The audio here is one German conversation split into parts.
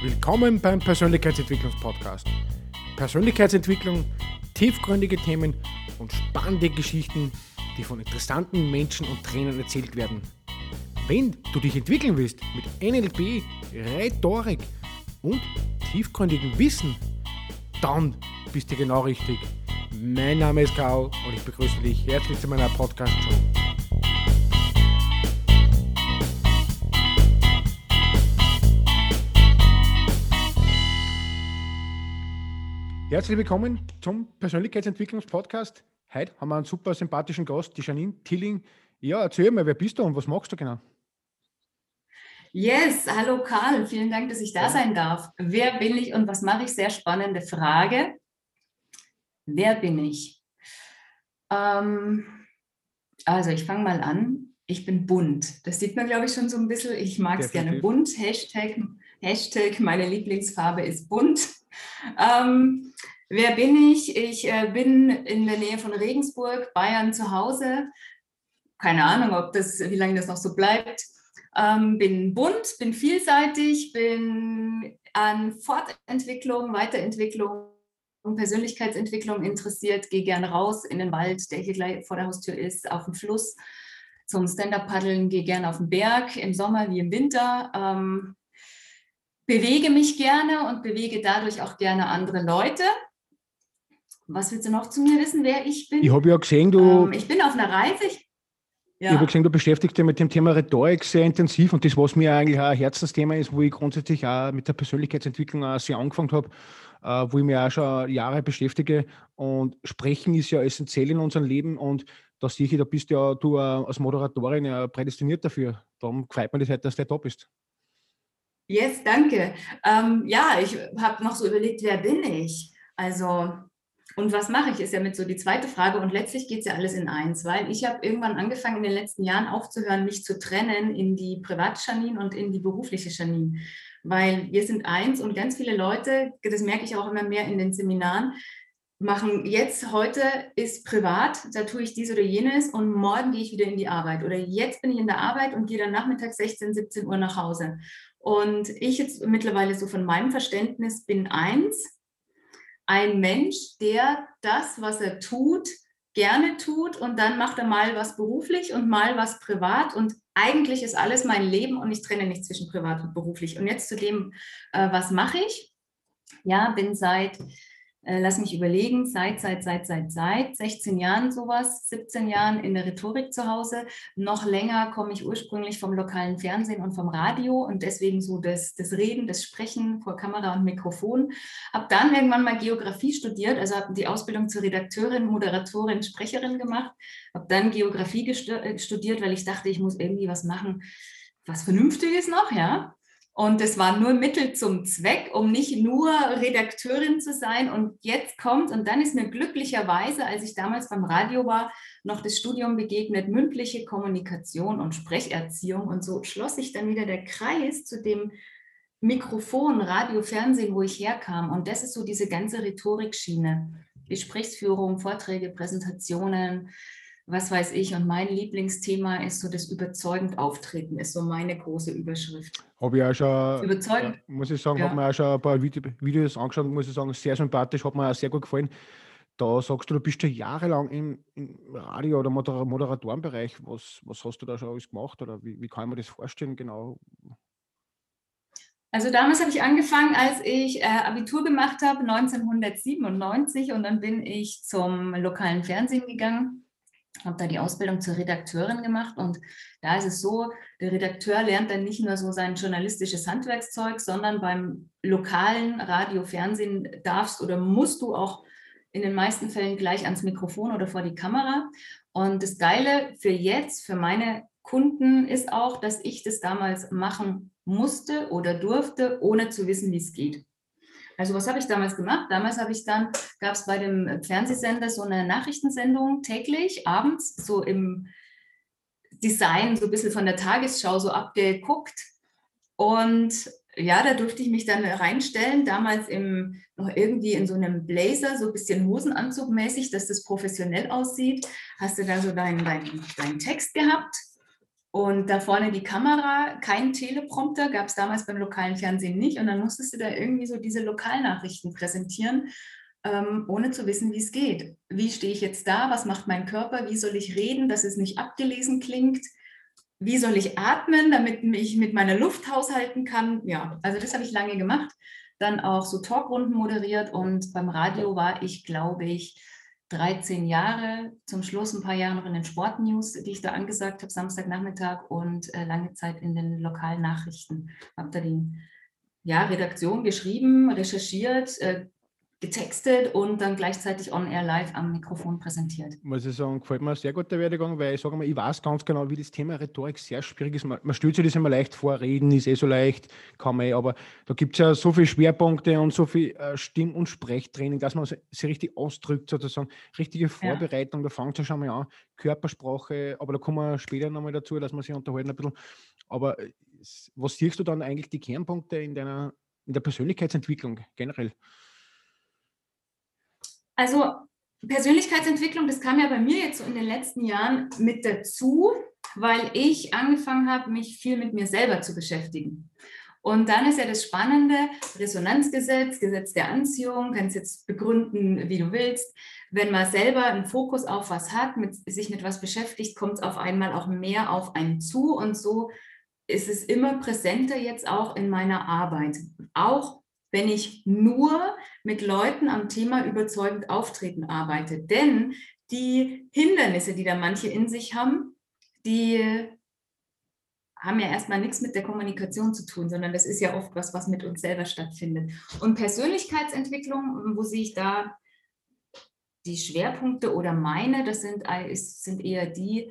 Willkommen beim Persönlichkeitsentwicklungspodcast. Persönlichkeitsentwicklung, tiefgründige Themen und spannende Geschichten, die von interessanten Menschen und Trainern erzählt werden. Wenn du dich entwickeln willst mit NLP, Rhetorik und tiefgründigem Wissen, dann bist du genau richtig. Mein Name ist Karl und ich begrüße dich herzlich zu meiner Podcast-Show. Herzlich willkommen zum Persönlichkeitsentwicklungspodcast. Heute haben wir einen super sympathischen Gast, die Janine Tilling. Ja, erzähl mal, wer bist du und was machst du genau? Yes, hallo Karl, vielen Dank, dass ich da sein darf. Wer bin ich und was mache ich? Sehr spannende Frage. Wer bin ich? Also ich fange mal an. Ich bin bunt. Das sieht man, glaube ich, schon so ein bisschen. Ich mag es gerne bunt. Hashtag, meine Lieblingsfarbe ist bunt. Wer bin ich? Ich bin in der Nähe von Regensburg, Bayern zu Hause. Keine Ahnung, wie lange das noch so bleibt. Bin bunt, bin vielseitig, bin an Fortentwicklung, Weiterentwicklung, Persönlichkeitsentwicklung interessiert, gehe gerne raus in den Wald, der hier gleich vor der Haustür ist, auf den Fluss, zum Stand-Up-Paddeln, gehe gerne auf den Berg, im Sommer wie im Winter, bewege mich gerne und bewege dadurch auch gerne andere Leute. Was willst du noch zu mir wissen, wer ich bin? Ich habe ja gesehen, ich bin auf einer Reise. Ich habe gesehen, du beschäftigst dich mit dem Thema Rhetorik sehr intensiv und das, was mir eigentlich auch ein Herzensthema ist, wo ich grundsätzlich auch mit der Persönlichkeitsentwicklung auch sehr angefangen habe, wo ich mich auch schon Jahre beschäftige. Und Sprechen ist ja essentiell in unserem Leben und da sehe ich, da bist ja du als Moderatorin ja prädestiniert dafür. Darum gefällt mir das heute, dass du da bist. Yes, danke. Ich habe noch so überlegt, wer bin ich? Also, und was mache ich, ist ja mit so die zweite Frage. Und letztlich geht es ja alles in eins, weil ich habe irgendwann angefangen, in den letzten Jahren aufzuhören, mich zu trennen in die private-Janine und in die berufliche Janine. Weil wir sind eins und ganz viele Leute, das merke ich auch immer mehr in den Seminaren, machen jetzt, heute ist privat, da tue ich dies oder jenes und morgen gehe ich wieder in die Arbeit. Oder jetzt bin ich in der Arbeit und gehe dann nachmittags 16, 17 Uhr nach Hause. Und ich jetzt mittlerweile so von meinem Verständnis bin ein Mensch, der das, was er tut, gerne tut und dann macht er mal was beruflich und mal was privat und eigentlich ist alles mein Leben und ich trenne nicht zwischen privat und beruflich. Und jetzt zu dem, was mache ich? Ja, bin lass mich überlegen, seit 16 Jahren sowas, 17 Jahren in der Rhetorik zu Hause. Noch länger komme ich ursprünglich vom lokalen Fernsehen und vom Radio und deswegen so das Reden, das Sprechen vor Kamera und Mikrofon. Habe dann irgendwann mal Geografie studiert, also habe die Ausbildung zur Redakteurin, Moderatorin, Sprecherin gemacht. Habe dann Geografie studiert, weil ich dachte, ich muss irgendwie was machen, was Vernünftiges noch, ja. Und es war nur Mittel zum Zweck, um nicht nur Redakteurin zu sein. Und jetzt kommt, und dann ist mir glücklicherweise, als ich damals beim Radio war, noch das Studium begegnet, mündliche Kommunikation und Sprecherziehung. Und so schloss sich dann wieder der Kreis zu dem Mikrofon, Radio, Fernsehen, wo ich herkam. Und das ist so diese ganze Rhetorikschiene. Gesprächsführung, Vorträge, Präsentationen, was weiß ich. Und mein Lieblingsthema ist so das überzeugend Auftreten, ist so meine große Überschrift. Habe ich auch schon, überzeugend. muss ich sagen, habe mir auch schon ein paar Videos angeschaut, muss ich sagen, sehr sympathisch, hat mir auch sehr gut gefallen. Da sagst du bist schon jahrelang im Radio- oder Moderatorenbereich. Was hast du da schon alles gemacht oder wie kann ich mir das vorstellen genau? Also damals habe ich angefangen, als ich Abitur gemacht habe, 1997 und dann bin ich zum lokalen Fernsehen gegangen, habe da die Ausbildung zur Redakteurin gemacht und da ist es so, der Redakteur lernt dann nicht nur so sein journalistisches Handwerkszeug, sondern beim lokalen Radio, Fernsehen darfst oder musst du auch in den meisten Fällen gleich ans Mikrofon oder vor die Kamera. Und das Geile für meine Kunden ist auch, dass ich das damals machen musste oder durfte, ohne zu wissen, wie es geht. Also was habe ich damals gemacht? Damals gab es bei dem Fernsehsender so eine Nachrichtensendung täglich, abends, so im Design, so ein bisschen von der Tagesschau so abgeguckt. Und ja, da durfte ich mich dann reinstellen, damals noch irgendwie in so einem Blazer, so ein bisschen Hosenanzug-mäßig, dass das professionell aussieht. Hast du da so deinen Text gehabt Und da vorne die Kamera, kein Teleprompter, gab es damals beim lokalen Fernsehen nicht. Und dann musstest du da irgendwie so diese Lokalnachrichten präsentieren, ohne zu wissen, wie es geht. Wie stehe ich jetzt da? Was macht mein Körper? Wie soll ich reden, dass es nicht abgelesen klingt? Wie soll ich atmen, damit ich mit meiner Luft haushalten kann? Ja, also das habe ich lange gemacht. Dann auch so Talkrunden moderiert und beim Radio war ich, glaube ich, 13 Jahre, zum Schluss ein paar Jahre noch in den Sportnews, die ich da angesagt habe, Samstagnachmittag und lange Zeit in den lokalen Nachrichten. Habe da die Redaktion geschrieben, recherchiert, getextet und dann gleichzeitig on air live am Mikrofon präsentiert. Muss ich sagen, gefällt mir sehr gut der Werdegang, weil ich sage mal, ich weiß ganz genau, wie das Thema Rhetorik sehr schwierig ist. Man stellt sich das immer leicht vor, reden ist so leicht, kann man aber da gibt es ja so viele Schwerpunkte und so viel Stimm- und Sprechtraining, dass man sich richtig ausdrückt, sozusagen, richtige Vorbereitung, da fängt es ja schon mal an, Körpersprache, aber da kommen wir später nochmal dazu, dass man sich unterhalten ein bisschen. Aber was siehst du dann eigentlich die Kernpunkte in der Persönlichkeitsentwicklung generell? Also Persönlichkeitsentwicklung, das kam ja bei mir jetzt so in den letzten Jahren mit dazu, weil ich angefangen habe, mich viel mit mir selber zu beschäftigen. Und dann ist ja das Spannende, Resonanzgesetz, Gesetz der Anziehung, kannst jetzt begründen, wie du willst. Wenn man selber einen Fokus auf was hat, sich mit was beschäftigt, kommt es auf einmal auch mehr auf einen zu. Und so ist es immer präsenter jetzt auch in meiner Arbeit. Auch wenn ich nur mit Leuten am Thema überzeugend auftreten arbeite. Denn die Hindernisse, die da manche in sich haben, die haben ja erstmal nichts mit der Kommunikation zu tun, sondern das ist ja oft was mit uns selber stattfindet. Und Persönlichkeitsentwicklung, wo sehe ich da die Schwerpunkte oder meine, das sind eher die,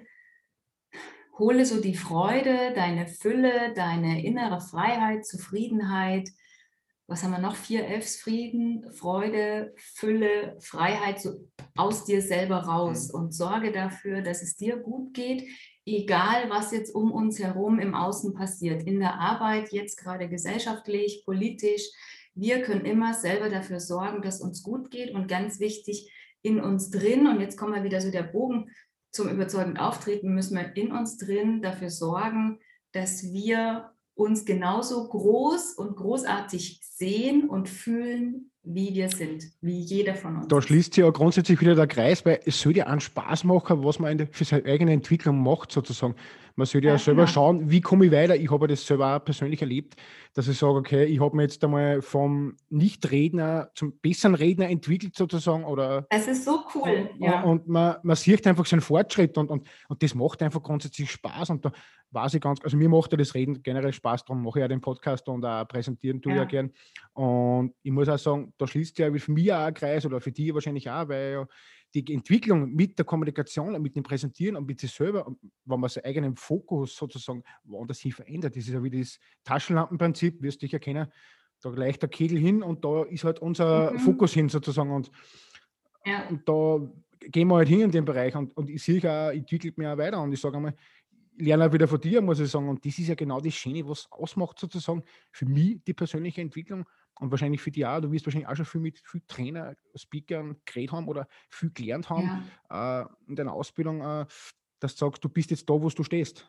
hole so die Freude, deine Fülle, deine innere Freiheit, Zufriedenheit. Was haben wir noch? 4 Fs: Frieden, Freude, Fülle, Freiheit, so aus dir selber raus und sorge dafür, dass es dir gut geht, egal was jetzt um uns herum im Außen passiert, in der Arbeit, jetzt gerade gesellschaftlich, politisch. Wir können immer selber dafür sorgen, dass uns gut geht und ganz wichtig, in uns drin, und jetzt kommen wir wieder so der Bogen zum überzeugend Auftreten, müssen wir in uns drin dafür sorgen, dass wir uns genauso groß und großartig sehen und fühlen, wie wir sind, wie jeder von uns. Da schließt sich ja grundsätzlich wieder der Kreis, weil es soll ja einen Spaß machen, was man für seine eigene Entwicklung macht, sozusagen. Man sollte ja selber schauen, wie komme ich weiter. Ich habe das selber auch persönlich erlebt, dass ich sage, okay, ich habe mich jetzt einmal vom Nicht-Redner zum besseren Redner entwickelt, sozusagen. Es ist so cool, ja. Und man sieht einfach seinen Fortschritt und das macht einfach grundsätzlich Spaß. Und da weiß ich also mir macht ja das Reden generell Spaß, darum mache ich ja den Podcast und auch präsentieren tue ich ja gern. Und ich muss auch sagen, da schließt ja für mich auch ein Kreis oder für die wahrscheinlich auch, weil ja die Entwicklung mit der Kommunikation, mit dem Präsentieren und mit sich selber, wenn man seinen eigenen Fokus sozusagen woanders hin verändert, das ist ja wie das Taschenlampenprinzip, wirst du dich erkennen, da gleicht der Kegel hin und da ist halt unser Fokus hin sozusagen und da gehen wir halt hin in den Bereich und ich sehe auch, ich entwickle mich auch weiter und ich sage einmal, ich lerne auch wieder von dir, muss ich sagen, und das ist ja genau das Schöne, was ausmacht sozusagen für mich die persönliche Entwicklung und wahrscheinlich für dich auch. Du wirst wahrscheinlich auch schon viel mit viel Trainer, Speakern geredet haben oder viel gelernt haben in deiner Ausbildung, dass du sagst, du bist jetzt da, wo du stehst.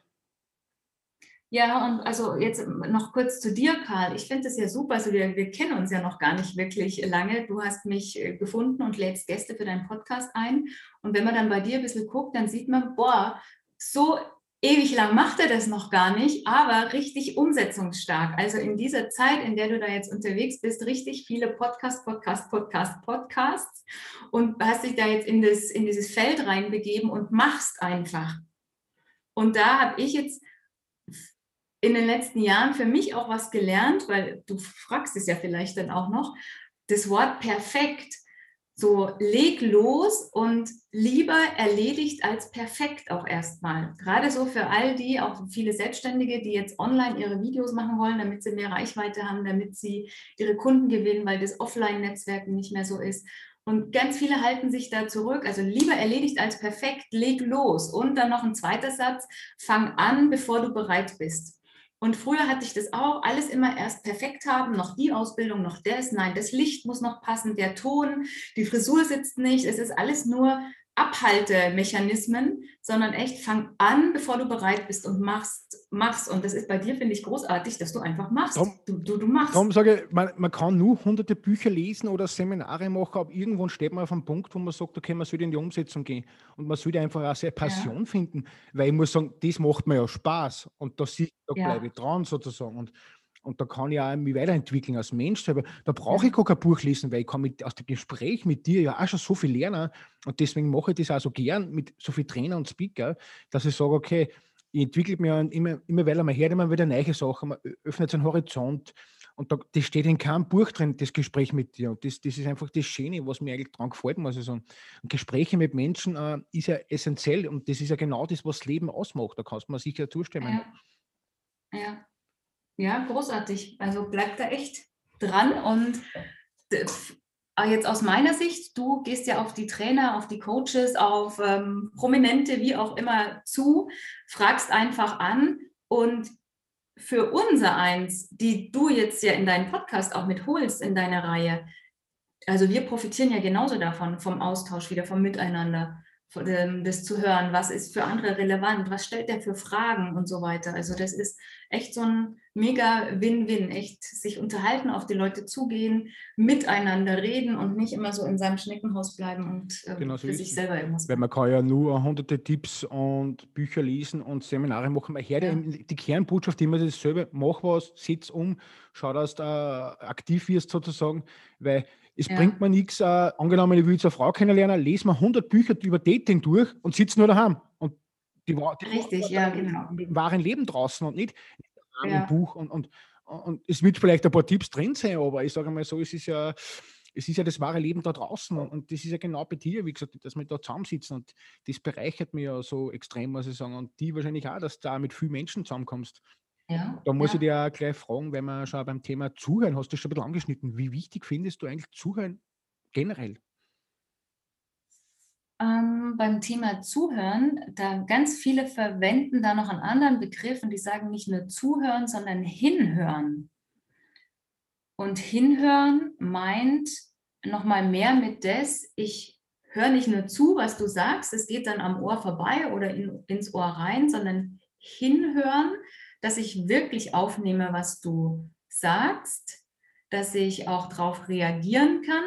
Ja, und also jetzt noch kurz zu dir, Karl. Ich finde es ja super, also wir kennen uns ja noch gar nicht wirklich lange. Du hast mich gefunden und lädst Gäste für deinen Podcast ein. Und wenn man dann bei dir ein bisschen guckt, dann sieht man, boah, so ewig lang macht er das noch gar nicht, aber richtig umsetzungsstark. Also in dieser Zeit, in der du da jetzt unterwegs bist, richtig viele Podcasts und hast dich da jetzt in dieses Feld reinbegeben und machst einfach. Und da habe ich jetzt in den letzten Jahren für mich auch was gelernt, weil du fragst es ja vielleicht dann auch noch, das Wort perfekt. So, leg los und lieber erledigt als perfekt auch erstmal. Gerade so für all die, auch viele Selbstständige, die jetzt online ihre Videos machen wollen, damit sie mehr Reichweite haben, damit sie ihre Kunden gewinnen, weil das Offline-Netzwerk nicht mehr so ist. Und ganz viele halten sich da zurück. Also lieber erledigt als perfekt, leg los. Und dann noch ein zweiter Satz, fang an, bevor du bereit bist. Und früher hatte ich das auch, alles immer erst perfekt haben, noch die Ausbildung, noch das, nein, das Licht muss noch passen, der Ton, die Frisur sitzt nicht, es ist alles nur Abhaltemechanismen, sondern echt fang an, bevor du bereit bist und machst. Und das ist bei dir, finde ich, großartig, dass du einfach machst. Darum, Du machst. darum sage ich, man kann nur hunderte Bücher lesen oder Seminare machen, aber irgendwann steht man auf einem Punkt, wo man sagt, okay, man soll in die Umsetzung gehen. Und man sollte einfach auch seine Ja, Passion finden, weil ich muss sagen, das macht mir ja Spaß. Und da bleibe ja, ich dran sozusagen. Und da kann ich auch mich weiterentwickeln als Mensch selber. Da brauche ich ja, gar kein Buch lesen, weil ich kann aus dem Gespräch mit dir ja auch schon so viel lernen. Und deswegen mache ich das auch so gern mit so viel Trainer und Speaker, dass ich sage, okay, ich entwickle mich immer weiter, man hört immer wieder neue Sachen, man öffnet seinen Horizont. Und das steht in keinem Buch drin, das Gespräch mit dir. Und das ist einfach das Schöne, was mir eigentlich dran gefällt, muss ich sagen. Und Gespräche mit Menschen ist ja essentiell und das ist ja genau das, was das Leben ausmacht. Da kannst du mir sicher zustimmen. ja, ja. Ja, großartig. Also bleib da echt dran. Und jetzt aus meiner Sicht, du gehst ja auf die Trainer, auf die Coaches, auf Prominente, wie auch immer zu, fragst einfach an und für unser eins, die du jetzt ja in deinen Podcast auch mitholst in deiner Reihe, also wir profitieren ja genauso davon, vom Austausch wieder, vom Miteinander, das zu hören, was ist für andere relevant, was stellt der für Fragen und so weiter. Also das ist echt so ein mega Win-Win, echt sich unterhalten, auf die Leute zugehen, miteinander reden und nicht immer so in seinem Schneckenhaus bleiben und Genau so für ist sich es. selber irgendwas Weil machen. man kann ja nur hunderte Tipps und Bücher lesen und Seminare machen. Man hört ja Ja, eben die Kernbotschaft immer dasselbe, mach was, setz um, schau, dass du aktiv wirst sozusagen, weil es bringt ja, mir nichts, angenommen, ich will jetzt eine Frau kennenlernen, lese mir 100 Bücher über Dating durch und sitze nur daheim. Und die Frau richtig, war ja, dann genau. im wahren Leben draußen und nicht im Ja, Buch. Und es wird vielleicht ein paar Tipps drin sein, aber ich sage mal so, es ist ja das wahre Leben da draußen und das ist ja genau bei dir, wie gesagt, dass wir da zusammensitzen und das bereichert mich ja so extrem, muss ich sagen. Und die wahrscheinlich auch, dass du da mit vielen Menschen zusammenkommst. ja, Da muss ich ja. dir auch gleich fragen, wenn wir schon beim Thema Zuhören, hast du schon ein bisschen angeschnitten, wie wichtig findest du eigentlich Zuhören generell? Beim Thema Zuhören, da ganz viele verwenden da noch einen anderen Begriff und die sagen nicht nur zuhören, sondern hinhören. Und hinhören meint nochmal mehr mit ich höre nicht nur zu, was du sagst, es geht dann am Ohr vorbei oder ins Ohr rein, sondern hinhören, dass ich wirklich aufnehme, was du sagst, dass ich auch darauf reagieren kann,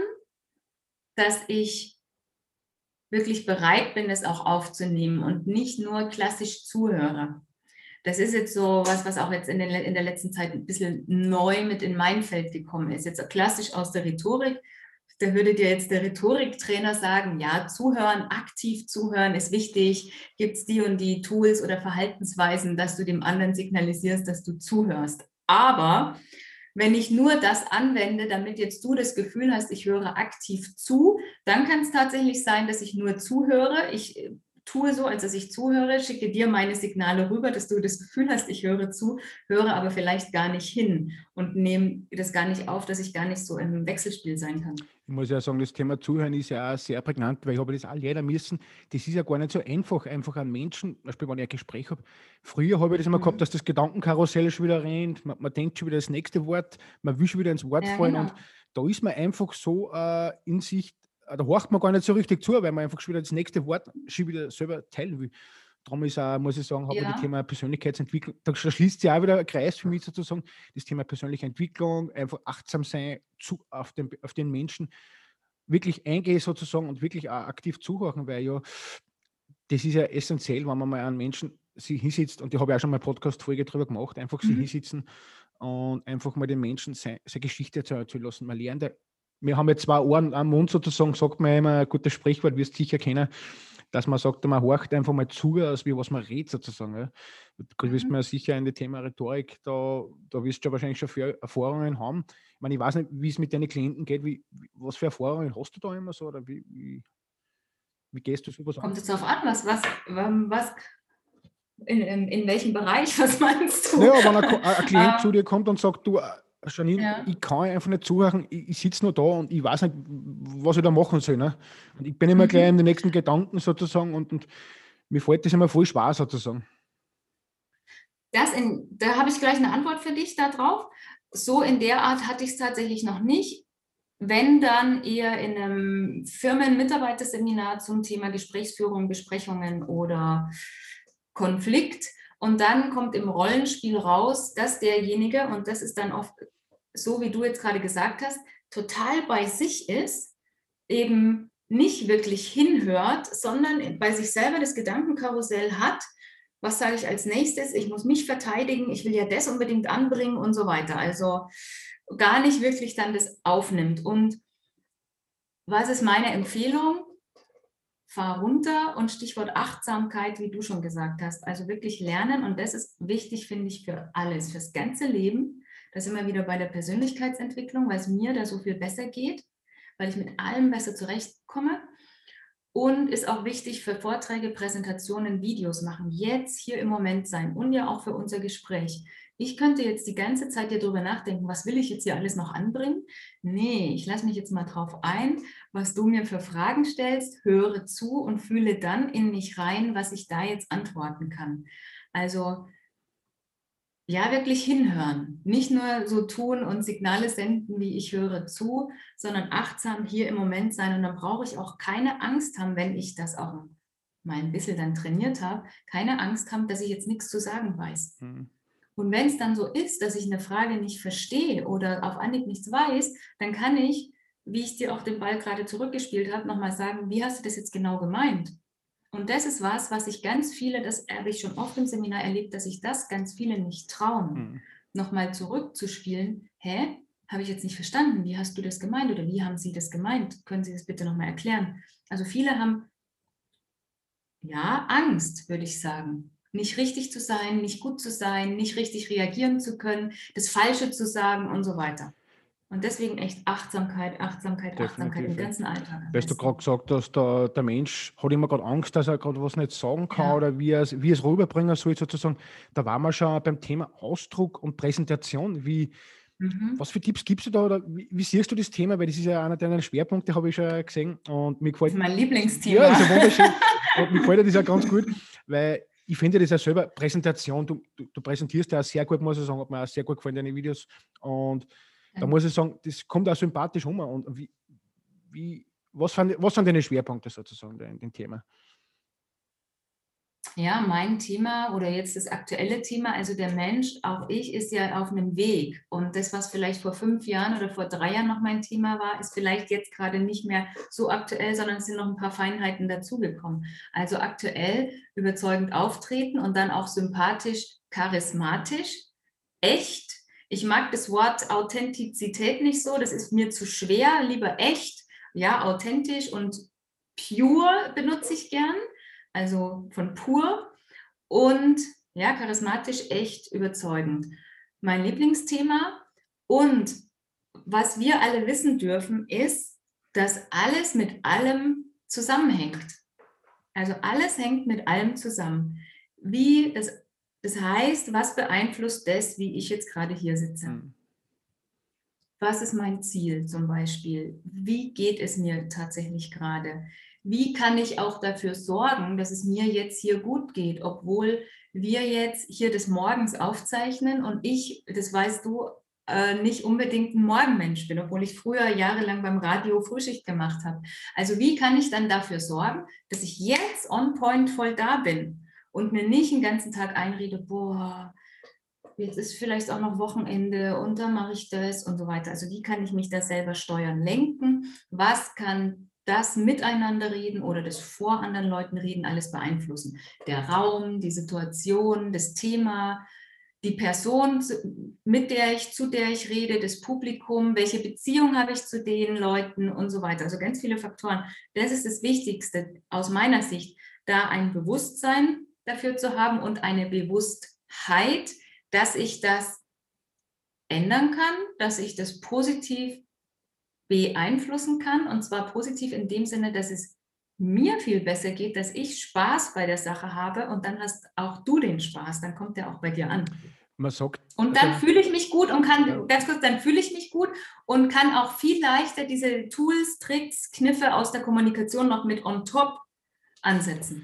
dass ich wirklich bereit bin, es auch aufzunehmen und nicht nur klassisch zuhöre. Das ist jetzt so was auch jetzt in der letzten Zeit ein bisschen neu mit in mein Feld gekommen ist. Jetzt klassisch aus der Rhetorik. Da würde dir jetzt der Rhetoriktrainer sagen, ja, zuhören, aktiv zuhören ist wichtig. Gibt es die und die Tools oder Verhaltensweisen, dass du dem anderen signalisierst, dass du zuhörst. Aber wenn ich nur das anwende, damit jetzt du das Gefühl hast, ich höre aktiv zu, dann kann es tatsächlich sein, dass ich nur zuhöre. Ich tue so, als dass ich zuhöre, schicke dir meine Signale rüber, dass du das Gefühl hast, ich höre zu, höre aber vielleicht gar nicht hin und nehme das gar nicht auf, dass ich gar nicht so im Wechselspiel sein kann. Ich muss ja sagen, das Thema Zuhören ist ja auch sehr prägnant, weil ich habe das auch lernen müssen. Das ist ja gar nicht so einfach an Menschen, zum Beispiel, wenn ich ein Gespräch habe. Früher habe ich das immer gehabt, Mhm. dass das Gedankenkarussell schon wieder rennt, man denkt schon wieder das nächste Wort, man will schon wieder ins Wort Ja, fallen genau. und da ist man einfach so in sich, da horcht man gar nicht so richtig zu, weil man einfach schon wieder das nächste Wort schon wieder selber teilen will. Darum ist auch, muss ich sagen, hat man das Ja, Thema Persönlichkeitsentwicklung, da schließt sich auch wieder ein Kreis für mich sozusagen, das Thema persönliche Entwicklung, einfach achtsam sein auf den Menschen, wirklich eingehe sozusagen und wirklich auch aktiv zuhören, weil ja, das ist ja essentiell, wenn man mal einen Menschen sich hinsitzt, und ich habe ja auch schon mal eine Podcast-Folge darüber gemacht, einfach sich mhm. hinsitzen und einfach mal den Menschen seine Geschichte erzählen lassen. Man lernt ja, wir haben ja zwei Ohren am Mund sozusagen, sagt man ja immer, ein gutes Sprichwort, wirst du sicher kennen, dass man sagt, man horcht einfach mal zu, als wie was man redet sozusagen. Ja. Du wirst mir Mhm. sicher in dem Thema Rhetorik, da wirst du ja wahrscheinlich schon viel Erfahrungen haben. Ich meine, ich weiß nicht, wie es mit deinen Klienten geht, was für Erfahrungen hast du da immer so, oder wie gehst du sowas an? Kommt es darauf an, was in welchem Bereich, was meinst du? Naja, wenn ein Klient zu ähm, dir kommt und sagt, du, Janine, ja. ich kann einfach nicht zuhören, ich sitze nur da und ich weiß nicht, was ich da machen soll. Ne? Und ich bin immer gleich in Mhm. den nächsten Gedanken sozusagen und mir fällt das immer voll schwer sozusagen. Da habe ich gleich eine Antwort für dich darauf. So in der Art hatte ich es tatsächlich noch nicht. wenn dann eher in einem Firmen-Mitarbeiterseminar zum Thema Gesprächsführung, Besprechungen oder Konflikt. Und dann kommt im Rollenspiel raus, dass derjenige, und das ist dann oft so, wie du jetzt gerade gesagt hast, total bei sich ist, eben nicht wirklich hinhört, sondern bei sich selber das Gedankenkarussell hat, was sage ich als nächstes, ich muss mich verteidigen, ich will ja das unbedingt anbringen und so weiter. Also gar nicht wirklich dann das aufnimmt. Und was ist meine Empfehlung? Fahr runter und Stichwort Achtsamkeit, wie du schon gesagt hast. Also wirklich lernen, und das ist wichtig, finde ich, für alles, fürs ganze Leben. Da sind wir wieder bei der Persönlichkeitsentwicklung, weil es mir da so viel besser geht, weil ich mit allem besser zurechtkomme. Und ist auch wichtig für Vorträge, Präsentationen, Videos machen. Jetzt hier im Moment sein und ja auch für unser Gespräch. Ich könnte jetzt die ganze Zeit hier drüber nachdenken, was will ich jetzt hier alles noch anbringen? Nee, ich lasse mich jetzt mal drauf ein, was du mir für Fragen stellst, höre zu und fühle dann in mich rein, was ich da jetzt antworten kann. Also ja, wirklich hinhören. Nicht nur so tun und Signale senden, wie ich höre zu, sondern achtsam hier im Moment sein. Und dann brauche ich auch keine Angst haben, wenn ich das auch mal ein bisschen dann trainiert habe, keine Angst haben, dass ich jetzt nichts zu sagen weiß. Und wenn es dann so ist, dass ich eine Frage nicht verstehe oder auf Anhieb nichts weiß, dann kann ich, wie ich dir auch den Ball gerade zurückgespielt habe, nochmal sagen, wie hast du das jetzt genau gemeint? Und das ist was ich ganz viele, das habe ich schon oft im Seminar erlebt, dass sich das ganz viele nicht trauen, nochmal zurückzuspielen. Hä? Habe ich jetzt nicht verstanden. Wie hast du das gemeint oder wie haben Sie das gemeint? Können Sie das bitte nochmal erklären? Also viele haben, ja, Angst, würde ich sagen. Nicht richtig zu sein, nicht gut zu sein, nicht richtig reagieren zu können, das Falsche zu sagen und so weiter. Und deswegen echt Achtsamkeit, Achtsamkeit, Achtsamkeit im ganzen Alltag. Weil du gerade gesagt hast, der Mensch hat immer gerade Angst, dass er gerade was nicht sagen kann, Ja. oder wie er es rüberbringen soll, sozusagen. Da waren wir schon beim Thema Ausdruck und Präsentation. Was für Tipps gibst du da, oder wie siehst du das Thema? Weil das ist ja einer deiner Schwerpunkte, habe ich schon gesehen. Und mir gefällt, Das ist mein Lieblingsthema. Ja, das ist ja wunderschön. Und mir gefällt das ja ganz gut, weil ich finde das ja selber Präsentation. Du präsentierst ja auch sehr gut, muss ich sagen, hat mir auch sehr gut gefallen, deine Videos. Und da muss ich sagen, das kommt auch sympathisch um. Und was sind deine Schwerpunkte sozusagen in dem Thema? Ja, mein Thema oder jetzt das aktuelle Thema, also der Mensch, auch ich, ist ja auf einem Weg. Und das, was vielleicht vor 5 Jahren oder vor 3 Jahren noch mein Thema war, ist vielleicht jetzt gerade nicht mehr so aktuell, sondern es sind noch ein paar Feinheiten dazugekommen. Also aktuell überzeugend auftreten und dann auch sympathisch, charismatisch, echt. Ich mag das Wort Authentizität nicht so, das ist mir zu schwer, lieber echt, ja, authentisch und pure benutze ich gern. Also von pur und ja, charismatisch, echt überzeugend. Mein Lieblingsthema. Und was wir alle wissen dürfen, ist, dass alles mit allem zusammenhängt. Also alles hängt mit allem zusammen. Das heißt, was beeinflusst das, wie ich jetzt gerade hier sitze? Was ist mein Ziel zum Beispiel? Wie geht es mir tatsächlich gerade? Wie kann ich auch dafür sorgen, dass es mir jetzt hier gut geht, obwohl wir jetzt hier des Morgens aufzeichnen und ich, das weißt du, nicht unbedingt ein Morgenmensch bin, obwohl ich früher jahrelang beim Radio Frühschicht gemacht habe. Also wie kann ich dann dafür sorgen, dass ich jetzt on point voll da bin und mir nicht den ganzen Tag einrede, boah, jetzt ist vielleicht auch noch Wochenende und dann mache ich das und so weiter. Also wie kann ich mich da selber steuern, lenken? Was kann das Miteinander reden oder das vor anderen Leuten reden alles beeinflussen? Der Raum, die Situation, das Thema, die Person, zu der ich rede, das Publikum, welche Beziehung habe ich zu den Leuten und so weiter. Also ganz viele Faktoren. Das ist das Wichtigste aus meiner Sicht, da ein Bewusstsein dafür zu haben und eine Bewusstheit, dass ich das ändern kann, dass ich das positiv beeinflussen kann, und zwar positiv in dem Sinne, dass es mir viel besser geht, dass ich Spaß bei der Sache habe und dann hast auch du den Spaß, dann kommt der auch bei dir an. Man sagt, und dann fühle ich mich gut und kann, ganz kurz, dann fühle ich mich gut und kann auch viel leichter diese Tools, Tricks, Kniffe aus der Kommunikation noch mit on top ansetzen.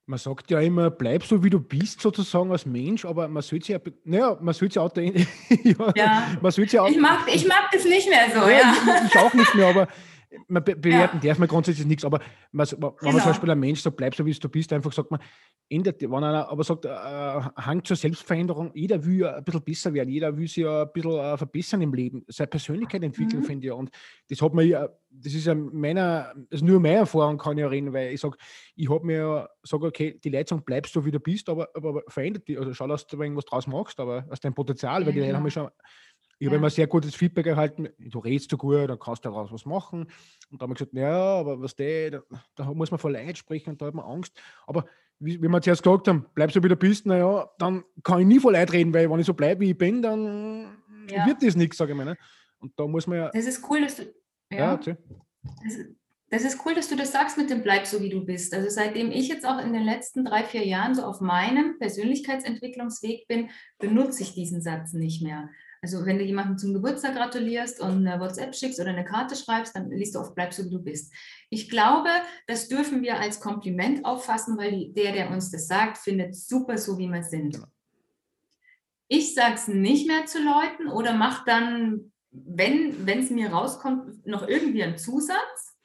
Man sagt ja immer, bleib so wie du bist, sozusagen als Mensch, aber man sollte sich ja, man sollte sich auch, ja, Ja, man sollte sich auch, ich mag das nicht mehr so, ja, ja. ich auch nicht mehr, aber man bewerten Ja, darf man grundsätzlich nichts, aber wenn man zum Beispiel genau. ein Mensch sagt, bleib so wie du bist, einfach sagt man, ändert, wenn einer aber sagt, Hang zur Selbstveränderung, jeder will ja ein bisschen besser werden, jeder will sich ja ein bisschen verbessern im Leben, seine Persönlichkeit entwickeln, Mhm. finde ich, und das hat man ja, das ist ja also nur meine Erfahrung kann ich ja reden, weil ich sage, ich habe mir ja, sage, okay, die Leute sagen, bleibst so wie du bist, aber verändert dich, also schau, dass du irgendwas draus machst, aber aus deinem Potenzial, weil Ja, die Leute haben ja genau. schon, ich habe immer Ja. sehr gutes Feedback erhalten, du redest so gut, dann kannst du daraus was machen. Und da haben wir gesagt, ja, aber da muss man vor Leid sprechen und da hat man Angst. Aber wie wir zuerst gesagt haben, bleib so wie du bist, naja, dann kann ich nie vor Leid reden, weil wenn ich so bleibe, wie ich bin, dann wird Ja. das nichts, sage ich mal. Ne? Und da muss man ja, Das ist cool, dass du, ja, ja, erzähl. das, das ist cool, dass du das sagst mit dem Bleib so wie du bist. Also seitdem ich jetzt auch in den letzten 3, 4 Jahren so auf meinem Persönlichkeitsentwicklungsweg bin, benutze ich diesen Satz nicht mehr. Also wenn du jemandem zum Geburtstag gratulierst und eine WhatsApp schickst oder eine Karte schreibst, dann liest du oft Bleib so wie du bist. Ich glaube, das dürfen wir als Kompliment auffassen, weil der uns das sagt, findet super so, wie wir sind. Genau. Ich sage es nicht mehr zu Leuten oder mache dann, wenn es mir rauskommt, noch irgendwie einen Zusatz,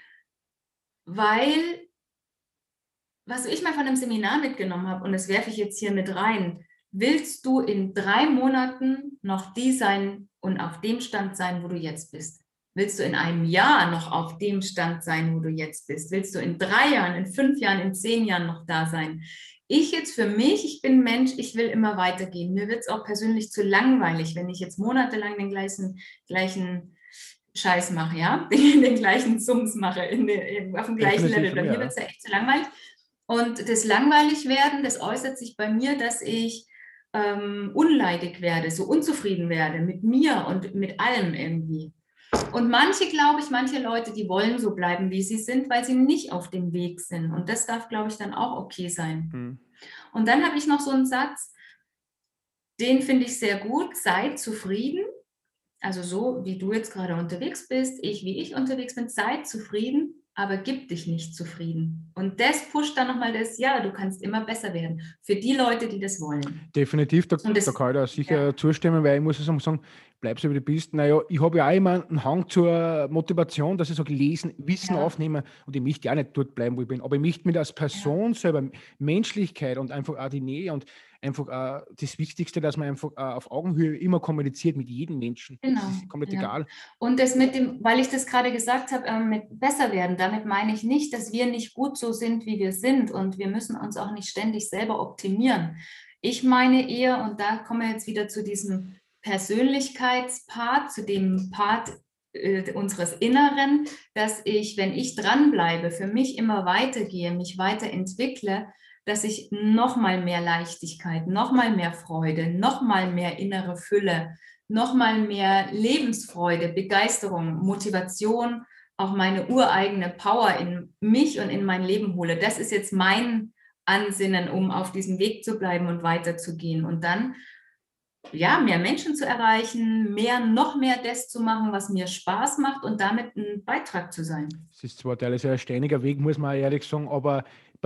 weil was ich mal von einem Seminar mitgenommen habe, und das werfe ich jetzt hier mit rein, willst du in 3 Monaten noch die sein und auf dem Stand sein, wo du jetzt bist? Willst du in einem Jahr noch auf dem Stand sein, wo du jetzt bist? Willst du in 3 Jahren, in 5 Jahren, in 10 Jahren noch da sein? Ich jetzt für mich, ich bin Mensch, ich will immer weitergehen. Mir wird es auch persönlich zu langweilig, wenn ich jetzt monatelang den gleichen Scheiß mache, ja, den gleichen Sums mache, auf dem gleichen Definitiv Level. von Bei mir, mir wird es ja. ja echt zu langweilig. Und das Langweiligwerden, das äußert sich bei mir, dass ich unleidig werde, so unzufrieden werde mit mir und mit allem irgendwie. Und manche Leute, die wollen so bleiben, wie sie sind, weil sie nicht auf dem Weg sind. Und das darf, glaube ich, dann auch okay sein. Hm. Und dann habe ich noch so einen Satz, den finde ich sehr gut, sei zufrieden. Also so, wie du jetzt gerade unterwegs bist, wie ich unterwegs bin, sei zufrieden, aber gib dich nicht zufrieden. Und das pusht dann nochmal das, ja, du kannst immer besser werden. Für die Leute, die das wollen. Definitiv, Und da das, kann ich da ja, sicher zustimmen, weil ich muss sagen, bleib so wie du bist. Naja, ich habe ja auch immer einen Hang zur Motivation, dass ich sage, lesen, Wissen ja, aufnehmen und ich möchte ja auch nicht dort bleiben, wo ich bin, aber ich möchte mich als ja, Person selber, Menschlichkeit und einfach auch die Nähe und einfach das Wichtigste, dass man einfach auf Augenhöhe immer kommuniziert mit jedem Menschen. Das genau, ist komplett ja. egal. Und das mit dem, weil ich das gerade gesagt habe, mit besser werden, damit meine ich nicht, dass wir nicht gut so sind, wie wir sind und wir müssen uns auch nicht ständig selber optimieren. Ich meine eher, und da kommen wir jetzt wieder zu diesem Persönlichkeitspart, zu dem Part unseres Inneren, dass ich, wenn ich dranbleibe, für mich immer weitergehe, mich weiterentwickle, dass ich noch mal mehr Leichtigkeit, noch mal mehr Freude, noch mal mehr innere Fülle, noch mal mehr Lebensfreude, Begeisterung, Motivation, auch meine ureigene Power in mich und in mein Leben hole. Das ist jetzt mein Ansinnen, um auf diesem Weg zu bleiben und weiterzugehen. Und dann, ja, mehr Menschen zu erreichen, noch mehr das zu machen, was mir Spaß macht und damit ein Beitrag zu sein. Es ist zwar teilweise ein steiniger Weg, muss man ehrlich sagen, aber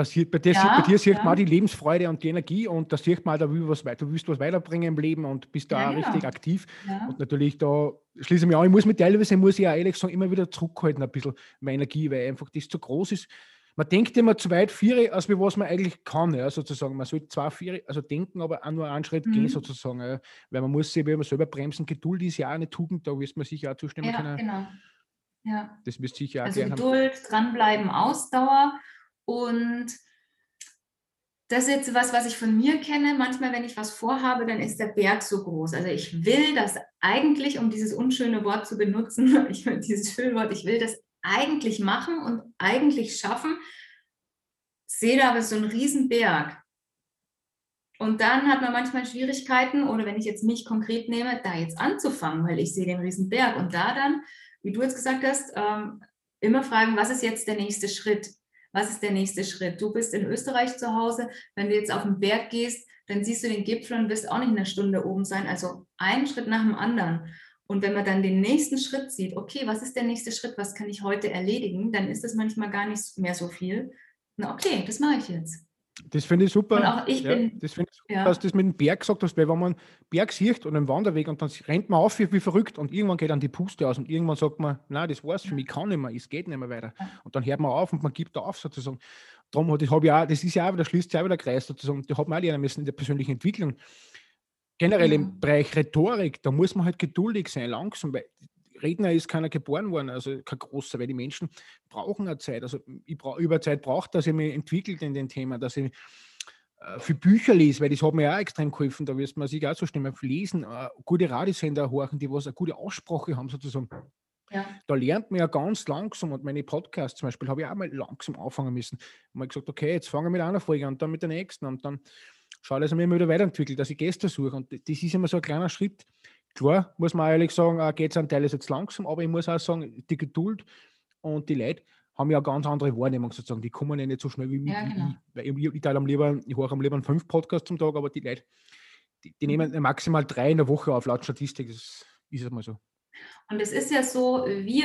bei dir Ja, sieht man auch ja, die Lebensfreude und die Energie und da sieht man auch, du willst was weiterbringen im Leben und bist ja, da auch richtig genau. aktiv. Und Ja, natürlich, da schließe ich mich an, ich muss mich teilweise, muss ich auch ehrlich sagen, immer wieder zurückhalten, ein bisschen meine Energie, weil einfach das zu groß ist. Man denkt immer zu weit vier, als wie was man eigentlich kann, ja, sozusagen. Man sollte zwar vier, also denken, aber auch nur einen Schritt gehen, mhm. sozusagen. Ja. Weil man muss sich immer selber bremsen. Geduld ist ja auch eine Tugend, da wirst man sicher auch zustimmen Ja, können. genau. Ja. Das wirst du sicher auch Also gelernt haben. Geduld, dranbleiben, Ausdauer. Und das ist jetzt was ich von mir kenne. Manchmal, wenn ich was vorhabe, dann ist der Berg so groß. Also ich will das eigentlich, um dieses unschöne Wort zu benutzen, dieses Füllwort, ich will das eigentlich machen und eigentlich schaffen, sehe da aber so einen riesen Berg. Und dann hat man manchmal Schwierigkeiten, oder wenn ich jetzt mich konkret nehme, da jetzt anzufangen, weil ich sehe den riesen Berg. Und da dann, wie du jetzt gesagt hast, immer fragen, was ist jetzt der nächste Schritt? Was ist der nächste Schritt? Du bist in Österreich zu Hause, wenn du jetzt auf den Berg gehst, dann siehst du den Gipfel und wirst auch nicht in einer Stunde oben sein. Also einen Schritt nach dem anderen. Und wenn man dann den nächsten Schritt sieht, okay, was ist der nächste Schritt, was kann ich heute erledigen, dann ist das manchmal gar nicht mehr so viel. Na okay, das mache ich jetzt. Das finde ich Und super. auch ich Ja, bin, das finde ich super, dass ja, du das mit dem Berg gesagt hast, weil wenn man einen Berg sieht oder einen Wanderweg und dann rennt man auf wie verrückt und irgendwann geht dann die Puste aus und irgendwann sagt man, nein, das war's für mich, ich kann nicht mehr, es geht nicht mehr weiter. ja, Und dann hört man auf und man gibt auf sozusagen. Darum habe ich auch, das ist ja auch wieder, schließt ja auch wieder Kreis sozusagen, da hat man auch lernen müssen in der persönlichen Entwicklung. Generell genau. im Bereich Rhetorik, da muss man halt geduldig sein, langsam, weil Redner ist keiner geboren worden, also kein großer, weil die Menschen brauchen eine Zeit. Also ich über Zeit braucht, dass ich mich entwickelt in dem Thema, dass ich für Bücher lese, weil das hat mir ja auch extrem geholfen, da wirst man sich auch so schnell lesen, gute Radiosender horchen, die was eine gute Aussprache haben sozusagen. Ja, Da lernt man ja ganz langsam und meine Podcasts zum Beispiel habe ich auch mal langsam anfangen müssen. Mal gesagt, okay, jetzt fange ich mit einer Folge an und dann mit der nächsten und dann schaue ich, dass ich mich immer wieder weiterentwickelt, dass ich Gäste suche und das ist immer so ein kleiner Schritt. Klar, muss man auch ehrlich sagen, geht es an Teil jetzt langsam, aber ich muss auch sagen, die Geduld und die Leute haben ja eine ganz andere Wahrnehmung sozusagen. Die kommen ja nicht so schnell ja, wie genau. ich. Weil ich teile ich höre am lieber 5 Podcasts zum Tag, aber die Leute, die nehmen Mhm. maximal 3 in der Woche auf, laut Statistik. Das ist es mal so. Und es ist ja so,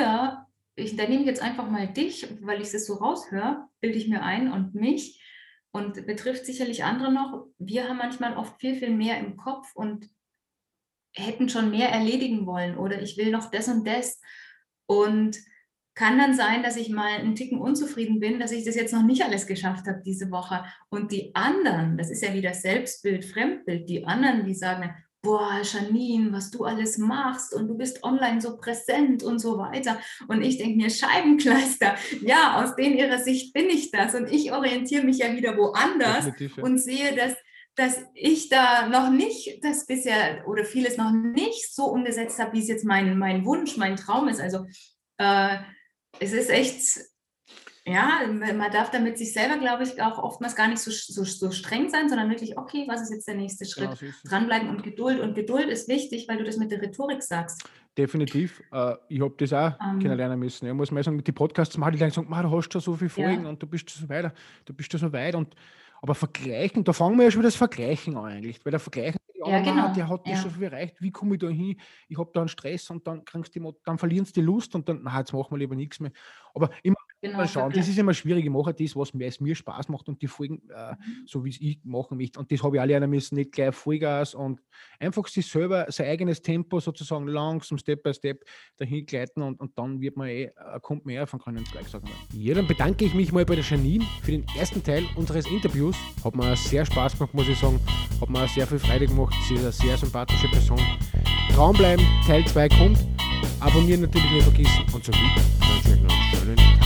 da nehme ich jetzt einfach mal dich, weil ich es so raushöre, bilde ich mir ein und mich und betrifft sicherlich andere noch. Wir haben manchmal oft viel, viel mehr im Kopf und hätten schon mehr erledigen wollen oder ich will noch das und das. Und kann dann sein, dass ich mal einen Ticken unzufrieden bin, dass ich das jetzt noch nicht alles geschafft habe diese Woche. Und die anderen, das ist ja wieder Selbstbild, Fremdbild, die anderen, die sagen, boah, Janine, was du alles machst und du bist online so präsent und so weiter. Und ich denke mir, Scheibenkleister, ja, aus denen ihrer Sicht bin ich das. Und ich orientiere mich ja wieder woanders Definitiv, ja. und sehe, dass ich da noch nicht das bisher oder vieles noch nicht so umgesetzt habe, wie es jetzt mein Wunsch, mein Traum ist. Also äh, es ist echt, ja, man darf da mit sich selber, glaube ich, auch oftmals gar nicht so streng sein, sondern wirklich, okay, was ist jetzt der nächste Genau Schritt? so ist es. Dranbleiben und Geduld. Und Geduld ist wichtig, weil du das mit der Rhetorik sagst. Definitiv. Ich habe das auch Ähm, kennenlernen müssen. Ich muss mal sagen, mit den Podcasts machen die Leute sagen, du hast schon so viele Folgen ja, und du bist schon so weiter, du bist schon so weit. Aber vergleichen, da fangen wir ja schon das Vergleichen an eigentlich. Weil der Vergleichen, die ja, anderen, der genau. hat das schon Ja, so viel erreicht, wie komme ich da hin? Ich habe da einen Stress und dann dann verlieren sie die Lust und dann, jetzt machen wir lieber nichts mehr. Aber immer mal genau. schauen, das ist immer schwierig. Ich mache das, was mir Spaß macht und die Folgen, Mhm. so wie es ich machen möchte. Und das habe ich auch lernen müssen, nicht gleich Vollgas und einfach sich selber sein eigenes Tempo sozusagen langsam, Step by Step dahin gleiten und dann wird man kommt man davon können, gleich sagen wir. Ja, dann bedanke ich mich mal bei der Janine für den ersten Teil unseres Interviews. Hat mir sehr Spaß gemacht, muss ich sagen. Hat mir sehr viel Freude gemacht. Sie ist eine sehr sympathische Person. Dranbleiben, Teil 2 kommt. Abonnieren natürlich nicht vergessen und somit wünsche ich euch noch einen schönen Tag.